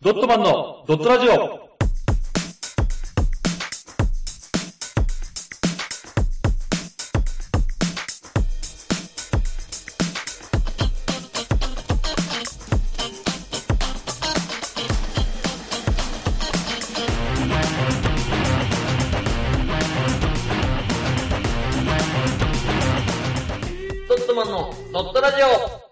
ドットマンのドットラジオ。 ドットマンのドットラジオ。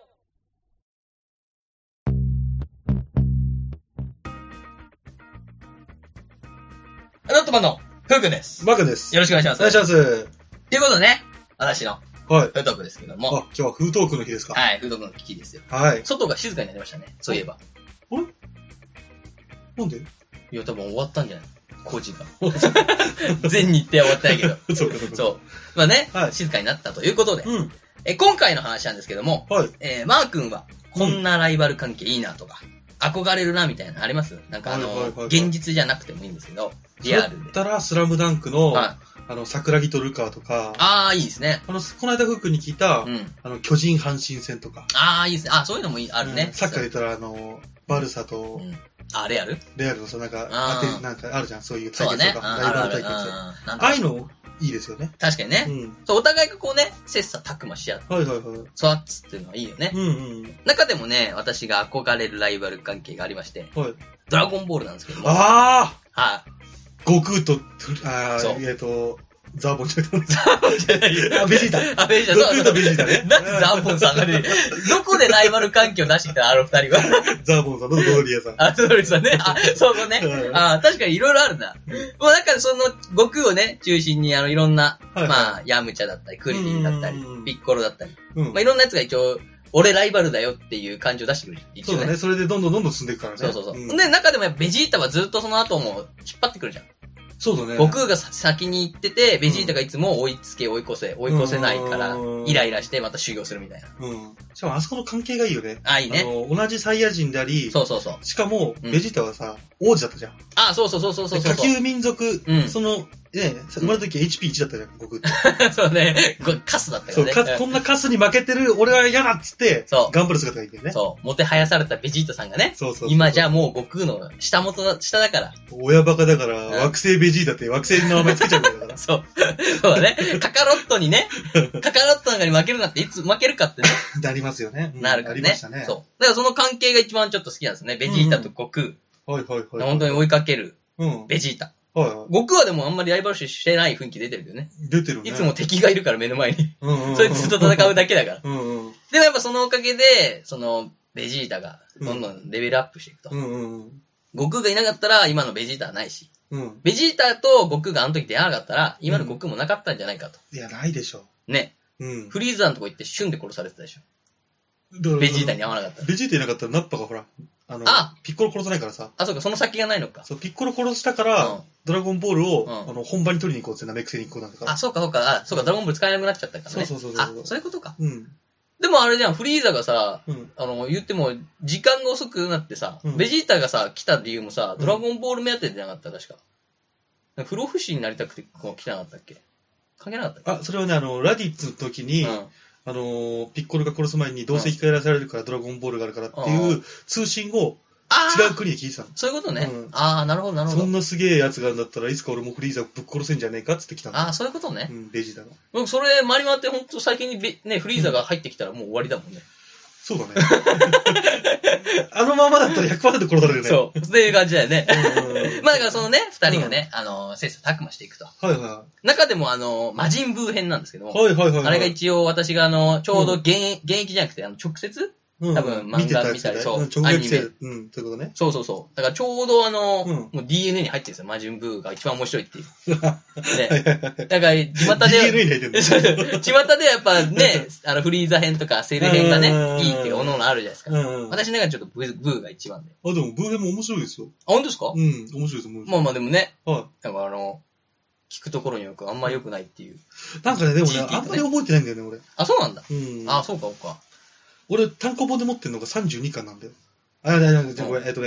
ドットマンのフー君です。 マー君です。 よろしくお願いします。 お願いします。 ということでね、私のはい。 フートークですけども。 あ、今日はフートークの日ですか？ はい、フートークの危機ですよ。 はい。 外が静かになりましたね、そういえば。 あれなんで？ いや、多分終わったんじゃない工事が。全日程は終わったんやけど。 そうかそうか。 そう。まあね、 はい静かになったということで、 うん。 今回の話なんですけども、 はい。 マー君はこんなライバル関係いいなとか、憧れるなみたいなのあります？なんかはいはいはいはい現実じゃなくてもいいんですけど、リアルで。 だったら、スラムダンクの、 はい桜木とルカーとか、 あー、いいですね。 この間フー君に聞いた、 うん。 巨人阪神戦とか。 あー、いいですね。あ、そういうのもあるね。 サッカーで言ったら、バルサとう、ん。あ、レアルレアルのさ、なんか、 あーなんかあるじゃん、そういうそうだね。 対決とか、ライバル対決。 あああいうの、いいですよね。 確かにね。 うん。 そう、お互いがこうね、切磋琢磨し合ってはいはいはい。 育つっていうのはいいよね。 うんうん。 中でもね、私が憧れるライバル関係がありまして、 はい。 ドラゴンボールなんですけども。 あはい。 悟空と、 そうザーボンじゃなくて、 じゃないよ。 あ、ベジータ。 あ、ベジータ。 悟空とベジータね。 なんでザーボンさんがね、どこでライバル関係を出してきたのあの二人は。 ザーボンさんとドドリアさん。 あ、そうですよね。あ、そうそうね。あ、確かにいろいろあるんだ。もうなんかその、悟空をね、中心にいろんな、 はいはいまあ、ヤムチャだったり、クリリンだったりうん、 ピッコロだったり、 うんまあいろんなやつが一応、俺ライバルだよっていう感じを出してくる。一応そうだね。それでどんどん進んでいくからね。 そうそうそう。 んで、中でもやっぱベジータはずっとその後も引っ張ってくるじゃん。 そうだね。 悟空が先に行ってて、ベジータがいつも追い越せないからう、んイライラしてまた修行するみたいな。 うん。しかもあそこの関係がいいよね。 あ、いいね。 同じサイヤ人であり、 そうそうそう。 しかも、 うんベジータはさ、王子だったじゃん。 あ、そうそうそうそうそうで下級民族、 うんその、ね、生まれた時 HP1 だったじゃん、悟空って。 そうね。カスだったかそう、 らね。 こんなカスに負けてる俺は嫌だっつって、 そう頑張る姿がいいんだよね。 そう。もてはやされたベジータさんがね、 そうそう。 今じゃあもう悟空の下だから。 親バカだから、 ん惑星ベジータって惑星の名前つけちゃうんだから。 そう。そうだね。カカロットにね、カカロットなんかに負けるなっていつ負けるかってね、 なりますよね。 なるからね。 ありましたね。 そう。だからその関係が一番ちょっと好きなんですね。ベジータと悟空。 はいはいはい。 本当に追いかけるうん。 ベジータ。 はいは悟空はでもあんまりライバル視してない雰囲気出てるけどね。 い。出てるね。 いつも敵がいるから目の前に。 うんうんうん、 そいつと戦うだけだから。 うんうん。 でもやっぱそのおかげで、その、ベジータがどんどんレベルアップしていくと。 うんうんうん。 悟空がいなかったら今のベジータはないし。 うん。 ベジータと悟空があの時出会わなかったら、今の悟空もなかったんじゃないかと。 いや、ないでしょ。 ね。 うん。 フリーザのとこ行ってシュンで殺されてたでしょ。 だからベジータに会わなかったら。 ベジータいなかったらナッパがほら、 あピッコロ殺さないからさ。 あ、そうか、その先がないのか。 そう、ピッコロ殺したから、 うんドラゴンボールを、 うん本場に取りに行こうってナメック星に行こうなんだから。 あ、そうか、そうか、あ、そうか、ドラゴンボール使えなくなっちゃったからね。 そうそうあ、そういうことか。 うん。 でもあれじゃん、フリーザがさ、 うん。 言っても、時間が遅くなってさ、 うんベジータがさ、来た理由もさ、 うんドラゴンボール目当てじゃなかった、確か。不老不死になりたくてこう来てなかったっけ関係なかったっけあ、それはね、ラディッツの時に、 うん。 ピッコロが殺す前にどうせ生き返らされるからドラゴンボールがあるからっていう通信をああ違う国で聞いてたの。 そういうことね。 うんああ、なるほど、なるほど。 そんなすげえやつがあるんだったらいつか俺もフリーザをぶっ殺せんじゃねえかっつって来たんだ。 ああ、そういうことねう。ん、ベジータが。 もうそれ、回り回ってほんと最近にね、フリーザが入ってきたらもう終わりだもんね。 そうだね。あのままだったら 100% 殺されるよね。 そう。っていう感じだよね。 うん。 まあだからそのね、二人がね、切磋琢磨していくと。 はいは中でも魔人ブー編なんですけども、 い。はいはいはい。 あれが一応私がちょうど現役じゃなくて、直接うん、 多分漫画見たりそう直撃アニメ性。うん、そういうことね。 そうそうそう。だからちょうどんもう DNA に入ってるんですよ。魔人ブーが一番面白いっていう。ね。だから、巷で、 DNA に入ってるの。 巷でやっぱね、フリーザ編とかセル編がね、 うんいいっていうおのあるじゃないですか。 うん。あ、 私の中でちょっとブーが一番で。 でもブーヘンも面白いですよ。 あ、本当ですかうん、面白いです、面白い。 まあまあでもね、 はなんか聞くところによくあんま良くないっていう。 い。なんかね、でもね、 GT とねあんまり覚えてないんだよね、俺。 あ、そうなんだ。 うん。 あ、そうか、そうか。 俺、単行本で持ってるのが32巻なんだよ。あ、ごめん、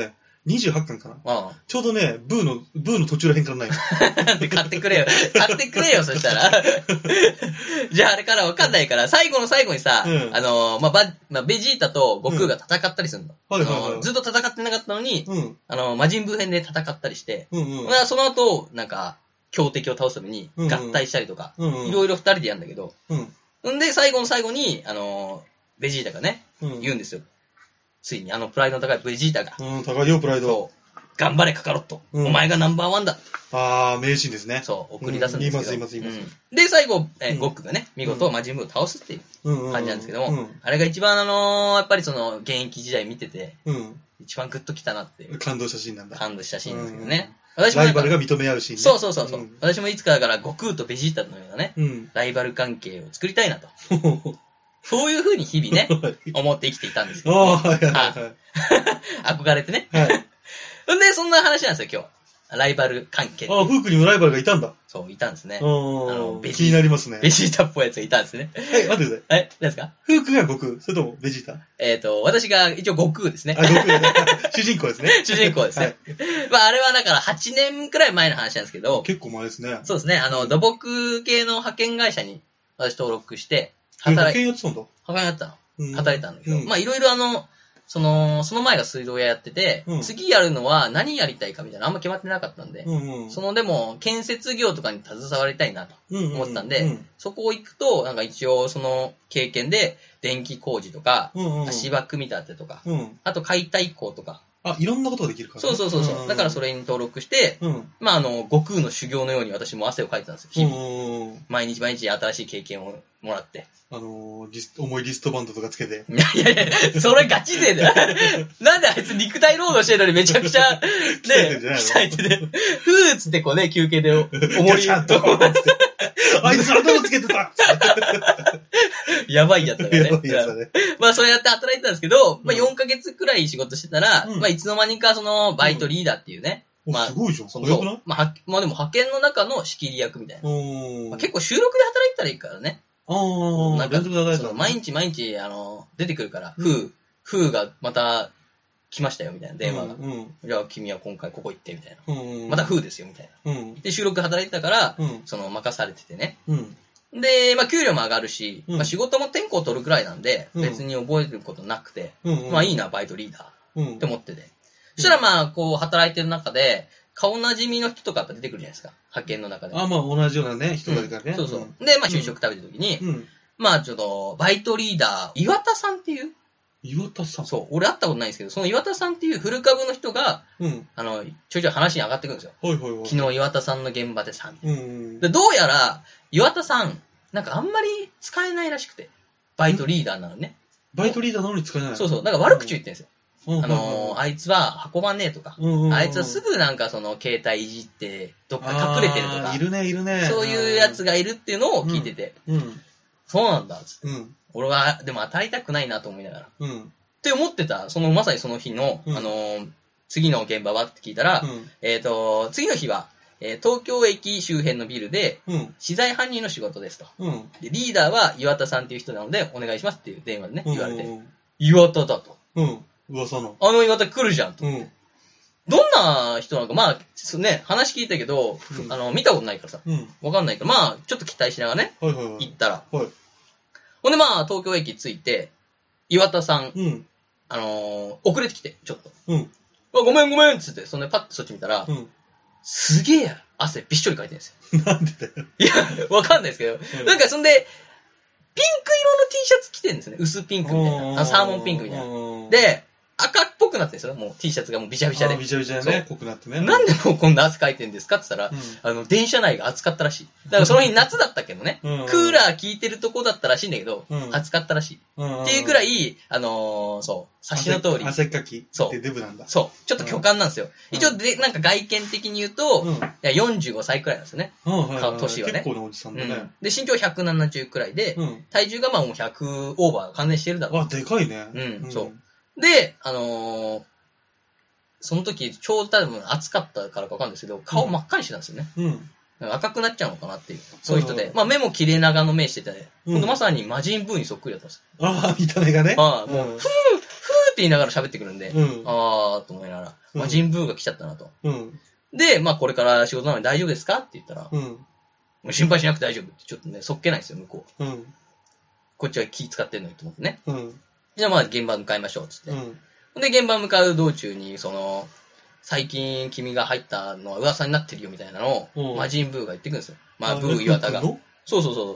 28巻かな。 あちょうどね、ブーの途中らへんからないの。 あ。で、買ってくれよ。買ってくれよ、そしたら。じゃああれからわかんないから、最後の最後にさ、ベジータと悟空が戦ったりするの。 はいはいはい。 ずっと戦ってなかったのに、魔人ブー編で戦ったりして、その後、なんか、強敵を倒すために合体したりとか、いろいろ二人でやるんだけど、んで、最後の最後に、ベジータがね、言うんですよ。ついにプライドの高いベジータが。 高いよ、プライド。 そう。頑張れ、カカロット。お前がナンバーワンだ。 あー、名シーンですね。 そう、送り出すんですけど。 言います。 で、最後、ゴックがね、見事魔人ブーを倒すっていう感じなんですけども、あれが一番やっぱりその、現役時代見てて、一番グッときたなっていう。 感動したシーンなんだ。 感動したシーンですけどね。 ライバルが認め合うシーンね。 そう。私もいつかだから、悟空とベジータのようなね、ライバル関係を作りたいなと。そういう風に日々ね、思って生きていたんですよ。憧れてね。んで、そんな話なんですよ、今日。ライバル関係。 フークにもライバルがいたんだ。 そう、いたんですね。 気になりますね。 ベジータっぽいやつがいたんですね。 はい、待ってください。 何ですか？ フークが悟空、それともベジータ？ 私が一応悟空ですね。 悟空ね。主人公ですね。 主人公ですね。あれはだから8年くらい前の話なんですけど。 結構前ですね。 そうですね。土木系の派遣会社に私登録して、 派遣やってたんだ。 派遣やったの。働いたんだけど。いろいろその前が水道屋やってて、次やるのは何やりたいかみたいなあんま決まってなかったんで、でも、建設業とかに携わりたいなと思ったんで、そこを行くと、なんか一応その経験で、電気工事とか、足場組み立てとか、あと解体工とか。 いろんなことができるからね。 そう。だからそれに登録して、悟空の修行のように私も汗をかいてたんですよ、日々。毎日新しい経験をもらって。 重いリストバンドとかつけて。 いや、それガチ勢だよ。なんであいつ肉体労働してるのにめちゃくちゃ、ね、鍛えてて、ふーっつってこうね、休憩で重りと。 あいつ頭つけてたやばいやつだね。 やばいやつだね。 そうやって働いてたんですけど、4ヶ月くらい仕事してたら、いつの間にかその、バイトリーダーっていうね。 すごいじゃん。早くない？ でも派遣の中の仕切り役みたいな。結構収録で働いたらいいからね。なんか、毎日、出てくるから、フーがまた来ましたよ、みたいな電話が。じゃあ君は今回ここ行って、みたいな。またフーですよ、みたいな。で、収録働いてたから、任されててね。で、給料も上がるし、仕事も天候取るくらいなんで、別に覚えてることなくて、いいな、バイトリーダー。って思ってて。そしたらこう、働いてる中で、顔なじみの人とかやっぱ出てくるじゃないですか。派遣の中で。 同じようなね、人がいるからね。 そう。で、就職食べた時に、ちょっと、バイトリーダー、岩田さんっていう。 岩田さん？ そう。俺会ったことないんですけど、その岩田さんっていう古株の人が、ちょいちょい話に上がってくるんですよ。昨日岩田さんの現場でさ、で、どうやら、岩田さん、なんかあんまり使えないらしくて。バイトリーダーなのね。 バイトリーダーなのに使えない？ そう。なんか悪口言ってるんですよ。あいつは運ばねえとか、あいつはすぐなんかその携帯いじってどっか隠れてるとか、 いるね。 そういうやつがいるっていうのを聞いてて、そうなんだっつって、俺はでも当たりたくないなと思いながら、って思ってた、まさにその日の、次の現場はって聞いたら、次の日は、東京駅周辺のビルで、資材搬入の仕事ですと、で。リーダーは岩田さんっていう人なのでお願いしますっていう電話でね、言われて、岩田だと。 噂の。 岩田来るじゃんと。どんな人なのか、話聞いたけど、見たことないからさ、わかんないから、ちょっと期待しながらね、行ったら。ほんで東京駅着いて、岩田さん、遅れてきて、ちょっと。ごめんっつって、パッとそっち見たら、すげえ汗びっしょりかいてるんですよ。 なんでだよ。 いや、わかんないですけど、なんかそんで、ピンク色の T シャツ着てるんですね。薄ピンクみたいな。サーモンピンクみたいな。で、赤っぽくなってるんですよ。もう T シャツがもうビシャビシャで。 ビシャビシャでね、濃くなってね。 なんでもうこんな汗かいてるんですかって言ったら、電車内が暑かったらしい。だからその日夏だったけどね、クーラー効いてるとこだったらしいんだけど、暑かったらしい。っていうくらい、察しの通り。 汗っかきってデブなんだ。 そう。ちょっと巨漢なんですよ。一応なんか外見的に言うと、45歳くらいなんですよね。年はね。 結構なおじさんだね。 で、身長170くらいで、体重がもう100オーバー完全してるだろう。 でかいね。 そう。で、その時、ちょうど多分暑かったからかわかんないですけど、顔真っ赤にしてたんですよね。赤くなっちゃうのかなっていう。そういう人で。目も切れ長の目してて、まさに魔人ブーにそっくりだったんですよ。見た目がね。 もう、ふーっって言いながら喋ってくるんで、あーと思いながら、魔人ブーが来ちゃったなと。で、まあこれから仕事なので大丈夫ですかって言ったら、もう心配しなくて大丈夫って、ちょっとね、そっけないですよ、向こう。こっちは気使ってんのにと思ってね。じゃあまあ現場向かいましょう、つって。で、現場向かう道中に、最近君が入ったのは噂になってるよみたいなのを、魔人ブーが言ってくるんですよ。まあ、ブー岩田が。そう。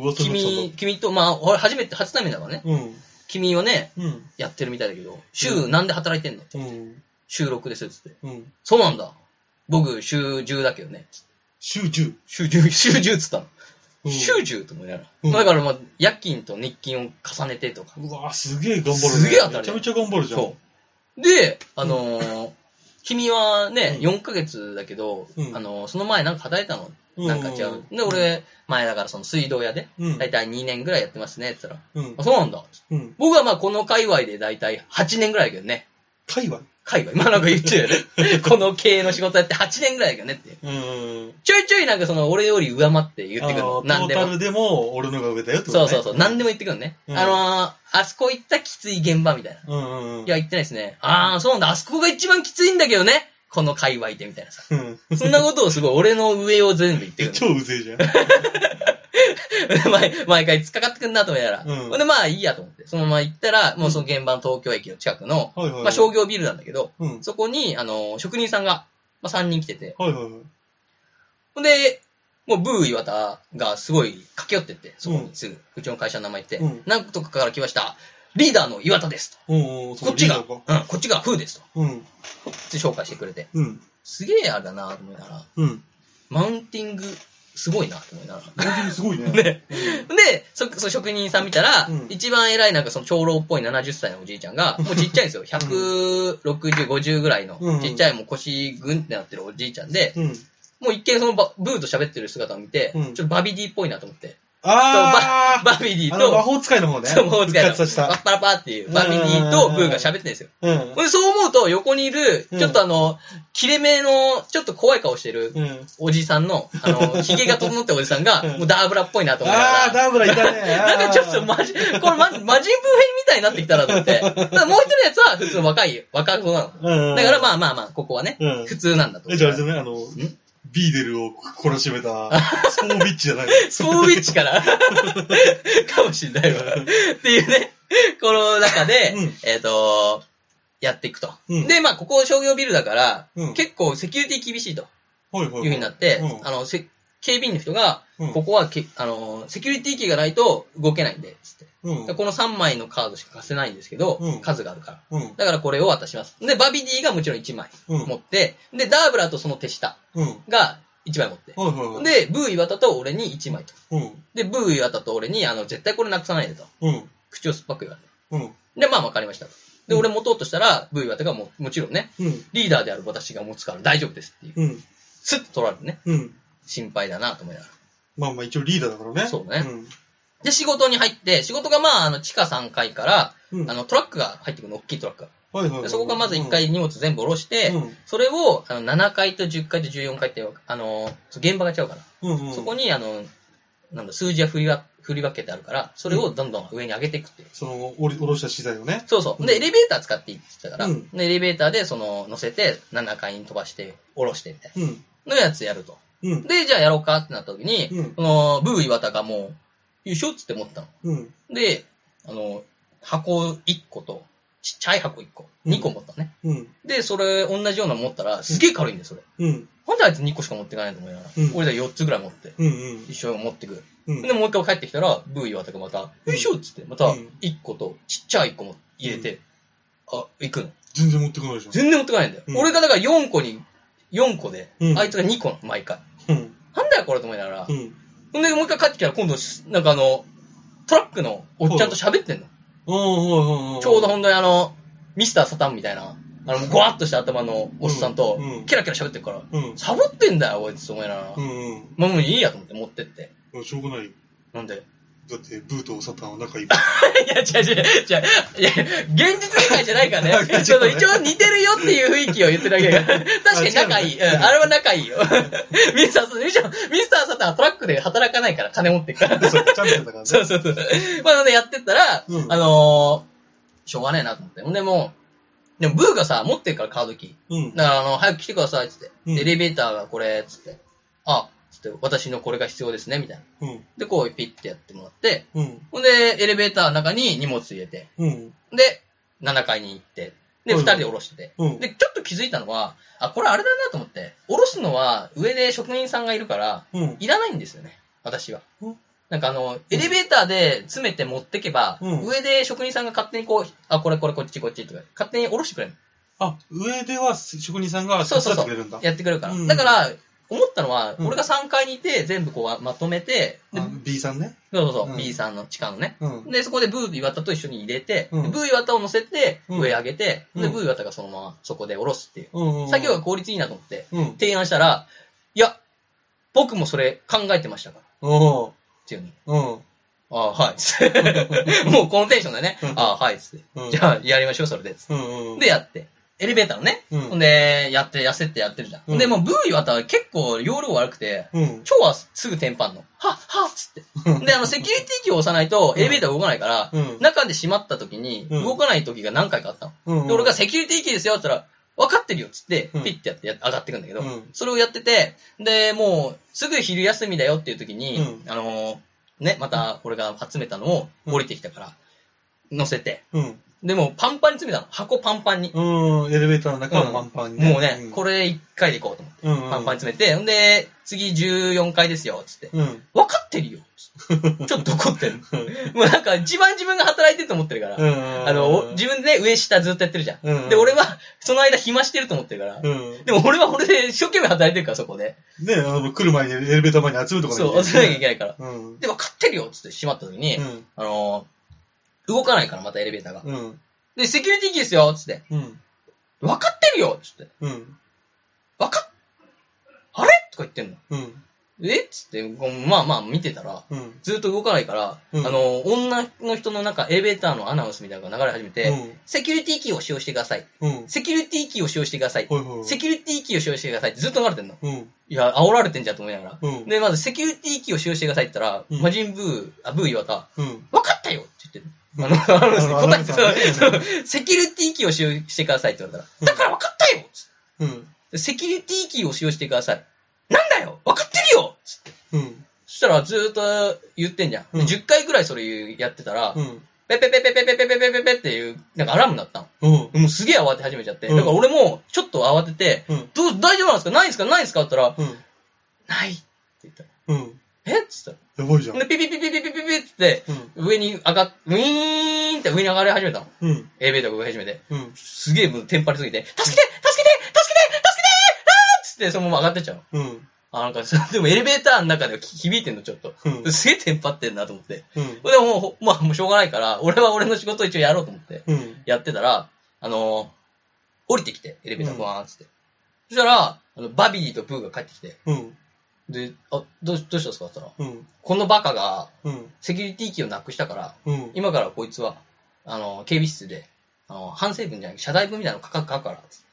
君と、まあ、俺初対面だからね。君はね、やってるみたいだけど、週なんで働いてんのって。週6です、つって。そうなんだ。僕、週10だけどね。 週 10? 週10つったの。週10と思いながら。だからまあ、夜勤と日勤を重ねてとか。 うわすげえ頑張るね。 すげえ当たり。 めちゃめちゃ頑張るじゃん。 そう。で、君はね、4ヶ月だけど、その前なんか働いたのなんか違う。で、俺、前だからその水道屋で、だいたい2年ぐらいやってますね、って言ったら、あ、そうなんだ。僕はまあこの界隈でだいたい8年ぐらいだけどね。 界隈。 まあなんか言ってるよね。この経営の仕事やって8年ぐらいだけどねって。ちょいちょいなんか俺より上回って言ってくるの。 なんでも。トータルでも俺のが上だよってことね。そう。なんでも言ってくるのね。あそこ行ったきつい現場みたいな。いや、行ってないですね。ああ、そうなんだ。あそこが一番きついんだけどね。この界隈でみたいなさ。そんなことをすごい俺の上を全部言ってくる。 超うぜえじゃん。 毎回突っかかってくんなと思いながら。で、まあいいやと思って。そのまま行ったら、もうその現場の東京駅の近くの、まあ商業ビルなんだけど、そこに、職人さんが、まあ3人来てて。ほんで、もうブー岩田がすごい駆け寄ってって、そこにすぐ、うちの会社の名前言って、何とかから来ました。リーダーの岩田ですと。こっちがフーですと。って紹介してくれて。すげえあれだなと思いながら。マウンティング、すごいなと思いながら。 マウンティングすごいね。 で、職人さん見たら、一番偉いなんかその長老っぽい70歳のおじいちゃんが、もうちっちゃいんですよ。160、50ぐらいの、ちっちゃいもう腰グンってなってるおじいちゃんで、もう一見そのブーと喋ってる姿を見て、ちょっとバビディっぽいなと思って。バビディと、 魔法使いの方ね。 そう、魔法使いの。パッパラパーっていう、バビディとブーが喋ってるんですよ。そう思うと、横にいる、ちょっと切れ目の、ちょっと怖い顔してる、おじさんの、髭が整ったおじさんが、もうダーブラっぽいなと思いながら。 ダーブラいたね。 なんかちょっとこれ魔人ブー編みたいになってきたなと思って。もう一人のやつは普通の若子なの。だからまあ、ここはね、普通なんだと。 じゃああれだね、ビーデルを懲らしめた、スポービッチじゃないスポービッチからかもしんないわ。っていうね、この中で、やっていくと。で、まあ、ここ商業ビルだから、結構セキュリティ厳しいと。いう風になって、警備員の人が、ここはセキュリティキーがないと動けないんで、つって。この3枚のカードしか貸せないんですけど、数があるから。だからこれを渡します。で、バビディがもちろん1枚持って、で、ダーブラとその手下が1枚持って。で、ブー岩田と俺に1枚と。で、ブー岩田と俺に、絶対これなくさないでと。口を酸っぱく言われて。で、まあわかりましたと。で、俺持とうとしたら、ブー岩田がもちろんね、リーダーである私が持つから大丈夫ですっていう。スッと取られてね。心配だなと思いながら。 まあ一応リーダーだからね。 そうね。で、仕事に入って、仕事がまあ、地下3階から、トラックが入ってくるの、大きいトラックが。でそこがまず1階荷物全部下ろして、それを7階と10階と14階って、現場が違うから。そこに、数字が振り分けてあるから、それをどんどん上に上げていくっていう。 その、下ろした資材をね。 そう。で、エレベーター使っていってたから、で、エレベーターで乗せて、7階に飛ばして、下ろしてみたいな。のやつやると。で、じゃあやろうかってなった時に、ブー岩田がもう、よいしょっつって持ったの。で、箱1個と、ちっちゃい箱1個、2個持ったね。で、それ、同じようなの持ったら、すげえ軽いんだよ、それ。なんであいつ2個しか持っていかないと思いながら、俺ら4つぐらい持って、一緒に持ってくる。で、もう一回帰ってきたら、ブー岩田がまた、よいしょっつって、また、1個と、ちっちゃい1個も入れて、行くの。 全然持ってかないじゃん。 全然持ってかないんだよ。俺がだから4個で、あいつが2個の、毎回。なんだよ、これと思いながら。ほんで、もう一回帰ってきたら、今度、なんかトラックのおっちゃんと喋ってんの。ちょうどほんとにミスターサタンみたいな、ゴワッとした頭のおっさんと、キラキラ喋ってるから、サボってんだよ、こいつと思いながら。まあもういいやと思って持ってって。 しょうがないよ。 なんでだって、ブーとサタンは仲いい。 いや、違う。いや、現実世界じゃないからね。一応似てるよっていう雰囲気を言ってるだけだから。確かに仲いい。あれは仲いいよ。ミスターサタンはトラックで働かないから、金持ってるから。 そう、チャンピオンだからね。 そう。まあ、やってったら、 しょうがねえなと思って。ほんでもう、でもブーがさ、持ってるからカードキー。だから早く来てください、つって。エレベーターがこれ、つって。あ、つって、私のこれが必要ですね、みたいな。で、こうピッてやってもらって、ほんで、エレベーターの中に荷物入れて、で、7階に行って、で、2人で降ろしてて。で、ちょっと気づいたのは、あ、これあれだなと思って、降ろすのは上で職人さんがいるから、いらないんですよね、私は。なんかエレベーターで詰めて持ってけば、上で職人さんが勝手にこう、あ、これこっちとか、勝手に降ろしてくれるの。 あ、上では職人さんが手伝ってくれるんだ。 やってくれるから。だから、思ったのは、俺が3階にいて、全部こうまとめて、 B さんね。 そう、B さんの地下のね。で、そこでブー岩田と一緒に入れて、ブー岩田を乗せて、上上げて、で、ブー岩田がそのままそこで降ろすっていう。作業が効率いいなと思って、提案したら、いや、僕もそれ考えてましたから。っていうの。ああ、はい。もうこのテンションでね。ああ、はい。つって。じゃあ、やりましょう、それで。で、やって。エレベーターのね。ほんで、痩せてやってるじゃん。で、もう、ブー岩田は結構容量悪くて、超はすぐテンパんの。はっつって。で、セキュリティキーを押さないと、エレベーター動かないから、中で閉まった時に、動かない時が何回かあったの。で、俺がセキュリティキーですよ、って言ったら、分かってるよ、つって、ピッてやって上がってくんだけど、それをやってて、で、もう、すぐ昼休みだよっていう時に、ね、また、俺が集めたのを降りてきたから、乗せて。でも、パンパンに詰めたの。箱パンパンに。 エレベーターの中はパンパンにね。 もうね、これ1回で行こうと思って。パンパンに詰めて、んで、次14階ですよ、つって。分かってるよ。ちょっと怒ってる。もうなんか、一番自分が働いてると思ってるから。自分で上下ずっとやってるじゃん。で、俺は、その間暇してると思ってるから。でも俺は俺で一生懸命働いてるから、そこで。 ね、来る前にエレベーター前に集めとかないといけない。そう、集めなきゃいけないから。で、分かってるよ、つって閉まった時に、動かないから、またエレベーターが。で、セキュリティキーですよ、つって。分かってるよ、つって。あれとか言ってんの。つって、まあ見てたら、ずっと動かないから、女の人の中、エレベーターのアナウンスみたいなのが流れ始めて、セキュリティキーを使用してください。セキュリティキーを使用してください。セキュリティキーを使用してくださいってずっと流れてんの。いや、煽られてんじゃんと思いながら。で、まずセキュリティキーを使用してくださいって言ったら、魔人ブー岩田、分かったよって言ってる。答えて、セキュリティキーを使用してくださいって言われたら、だから分かったよセキュリティキーを使用してください。なんだよ分かってるよつって。そしたらずーっと言ってんじゃん。10回ぐらいそれやってたら、ペペペペペペペペペペペっていう、なんかアラームになったの。もうすげえ慌て始めちゃって。だから俺もちょっと慌てて、大丈夫なんですかないんですかないんですかって言ったら、ないって言ったら。えっつったら。やばいじゃん。 で、ピピピピピピピピって、上に上がっ、ウィーンって上に上がり始めたの。エレベーターが上始めて。すげえテンパりすぎて、助けてつって、そのまま上がってっちゃうの。なんか、でもエレベーターの中で響いてんの、ちょっと。すげえテンパってんなと思って。でももうしょうがないから、俺は俺の仕事を一応やろうと思って、やってたら、降りてきて、エレベーターバーンつって。そしたら、バビーとブーが帰ってきて、で、どうしたんですかって言ったら、このバカが、セキュリティキーをなくしたから、今からこいつは、警備室で、反省文じゃない、謝罪文みたいなの書くから、つって。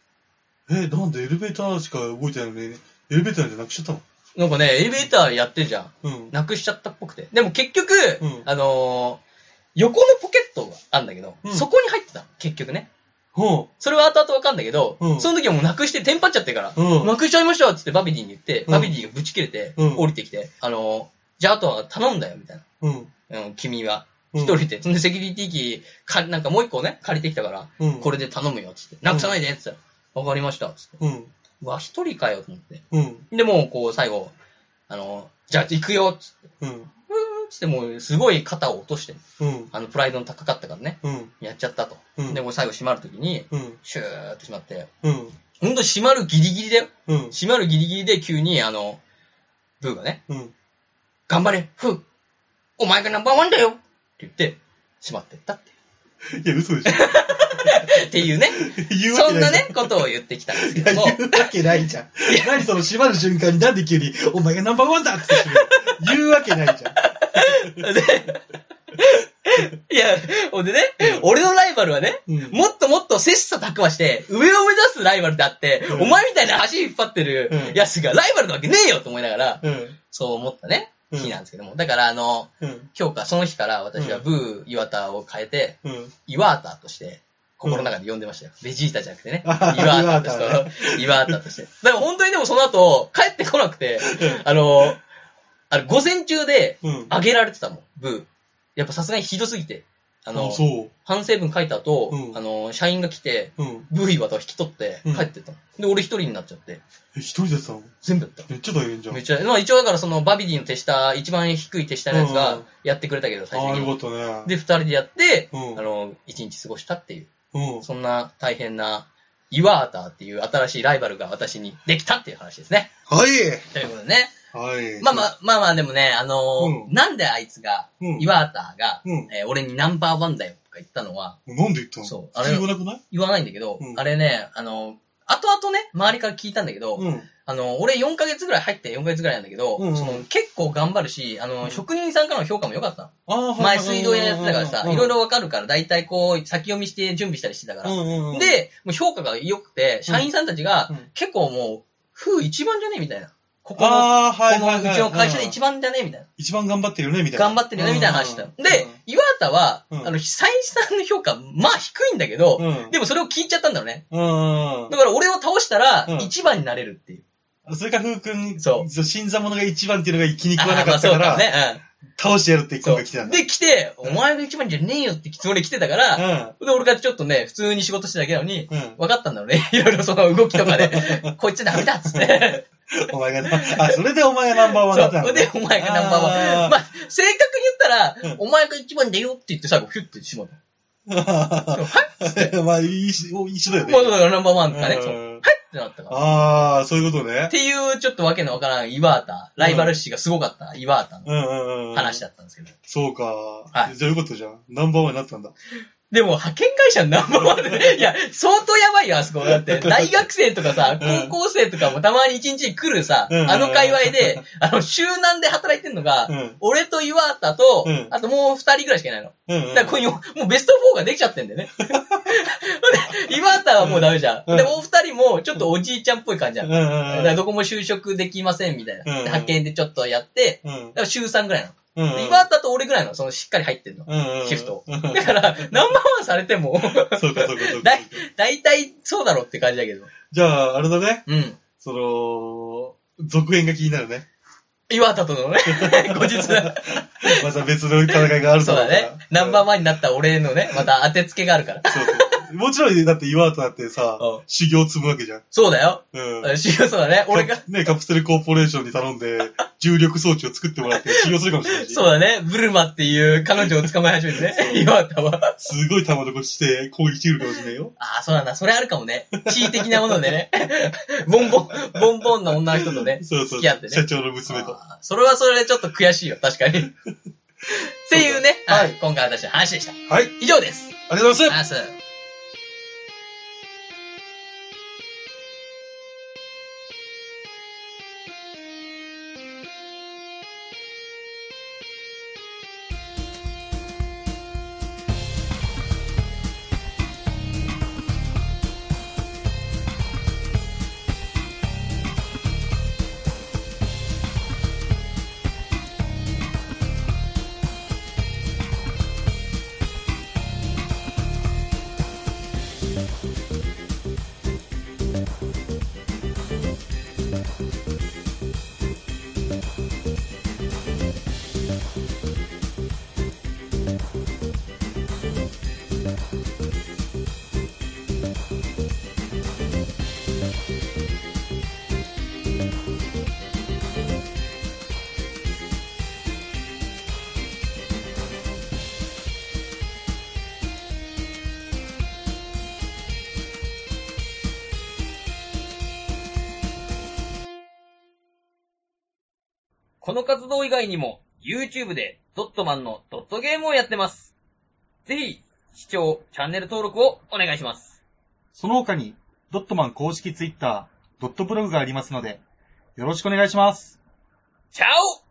なんでエレベーターしか動いてないのに、エレベーターじゃなくしちゃったの？ なんかね、エレベーターやってるじゃん。なくしちゃったっぽくて。でも結局、横のポケットがあるんだけど、そこに入ってたの、結局ね。それは後々わかんだけど、その時はもうなくしてテンパっちゃってるから、なくしちゃいましたっつってバビディに言って、バビディがブチ切れて、降りてきて、じゃああとは頼んだよ、みたいな。君は。一人で。そんでセキュリティキー、なんかもう一個ね、借りてきたから、これで頼むよ、つって。なくさないで、つって。わかりました、つって。うわ、一人かよ、と思って。で、もう、こう、最後、じゃあ行くよ、つって。つってもう、すごい肩を落として、プライドの高かったからね、やっちゃったと。で、もう最後閉まるときに、シューって閉まって、ほんと閉まるギリギリだよ。閉まるギリギリで急に、ブーがね、頑張れ、お前がナンバーワンだよって言って、閉まってったって。 いや、嘘でしょ。 っていうね。そんなね、ことを言ってきたんですけども。 言うわけないじゃん。何その閉まる瞬間になんで急に、お前がナンバーワンだって言うわけないじゃん。 いや、ほんでね、俺のライバルはね、もっともっと切磋琢磨して、上を目指すライバルであって、お前みたいな足引っ張ってるやつがライバルなわけねえよと思いながら、そう思ったね。 日なんですけども。だから今日その日から私はブー岩田を変えて、岩田として、心の中で呼んでましたよ。ベジータじゃなくてね。岩田として。岩田として。だから本当にでもその後、帰ってこなくて、午前中であげられてたもん、ブー。やっぱさすがにひどすぎて。反省文書いた後、社員が来て、ブー岩田を引き取って帰ってったの。で、俺一人になっちゃって。 一人でやったの？ 全部やった。 めっちゃ大変じゃん。 めっちゃ、まあ一応だからそのバビディの手下、一番低い手下のやつがやってくれたけど、最初に。 よかったね。 で、二人でやって、一日過ごしたっていう。そんな大変な、岩畑っていう新しいライバルが私にできたっていう話ですね。 はい。 ということでね。 はい。 まあでもね、なんであいつが、岩畑が、俺にナンバーワンだよとか言ったのは、 なんで言ったの？ そう。 あれ言わなくない？ 言わないんだけど、あれね、後々ね、周りから聞いたんだけど、俺4ヶ月ぐらい入って4ヶ月ぐらいなんだけど、結構頑張るし、職人さんからの評価も良かったの。前水道屋やってたからさ、いろいろわかるから、だいたいこう、先読みして準備したりしてたから。で、もう評価が良くて、社員さんたちが、結構もう、一番じゃねえみたいな。ここの、うちの会社で一番じゃねえみたいな。 一番頑張ってるよねみたいな。 頑張ってるよねみたいな話した。で、岩田は、社員さんの評価、まあ低いんだけど、でもそれを聞いちゃったんだろうね。だから俺を倒したら、一番になれるっていう。 それか、ふうくん、新参者が一番っていうのが気に食わなかったから、倒してやるって今回来てたんだ。 で、来て、お前が一番じゃねえよってつもりで来てたから、で、俺がちょっとね、普通に仕事してただけなのに、分かったんだろうね。いろいろその動きとかで、こいつダメだっつって。 お前が、それでお前がナンバーワンだったんだ。 そう、で、お前がナンバーワン。まあ、正確に言ったら、お前が一番だよって言って最後、ヒュッてしまった。 はいまあ、一緒だよね。 もうだからナンバーワンとかね。はいってなったから。 そういうことね。 っていう、ちょっとわけのわからん岩畑、ライバル視がすごかった岩畑の話だったんですけど。 そうか。じゃあよかったじゃん。ナンバーワンになったんだ。 でも、派遣会社のナンバーワンで、いや、相当やばいよ、あそこ。だって、大学生とかさ、高校生とかもたまに一日来るさ、界隈で、集団で働いてんのが、俺と岩畑と、あともう二人ぐらいしかいないの。だからここにもうベスト4ができちゃってんだよね。岩畑はもうダメじゃん。で、もう二人もちょっとおじいちゃんっぽい感じじゃん。だからどこも就職できませんみたいな。派遣でちょっとやって、だから週3ぐらいなの。岩畑と俺ぐらいの、しっかり入ってんの。シフト。だから、ナンバーワンされても、 そうか。 だいたいそうだろって感じだけど。 じゃあ、あれだね。続編が気になるね。 岩畑とのね、後日。 また別の戦いがあるから。 そうだね。ナンバーワンになった俺のね、また当てつけがあるから。 そうもちろん、だって岩畑だってさ、修行積むわけじゃん。 そうだよ。修行そうだね。俺が。 ね、カプセルコーポレーションに頼んで、重力装置を作ってもらって修行するかもしれないし。 そうだね。ブルマっていう彼女を捕まえ始めてね。岩畑は。 すごい玉残して攻撃してくるかもしれないよ。 そうなんだ。それあるかもね。地位的なものでね。ボンボンの女の人とね。付き合ってね。 社長の娘と。 それはそれでちょっと悔しいよ。確かに。っていうね。はい。今回私の話でした。 はい。 以上です。 ありがとうございます。 この活動以外にも、YouTube でドットマンのドットゲームをやってます。ぜひ、視聴、チャンネル登録をお願いします。 その他に、ドットマン公式 Twitter、ドットブログがありますので、よろしくお願いします。 チャオ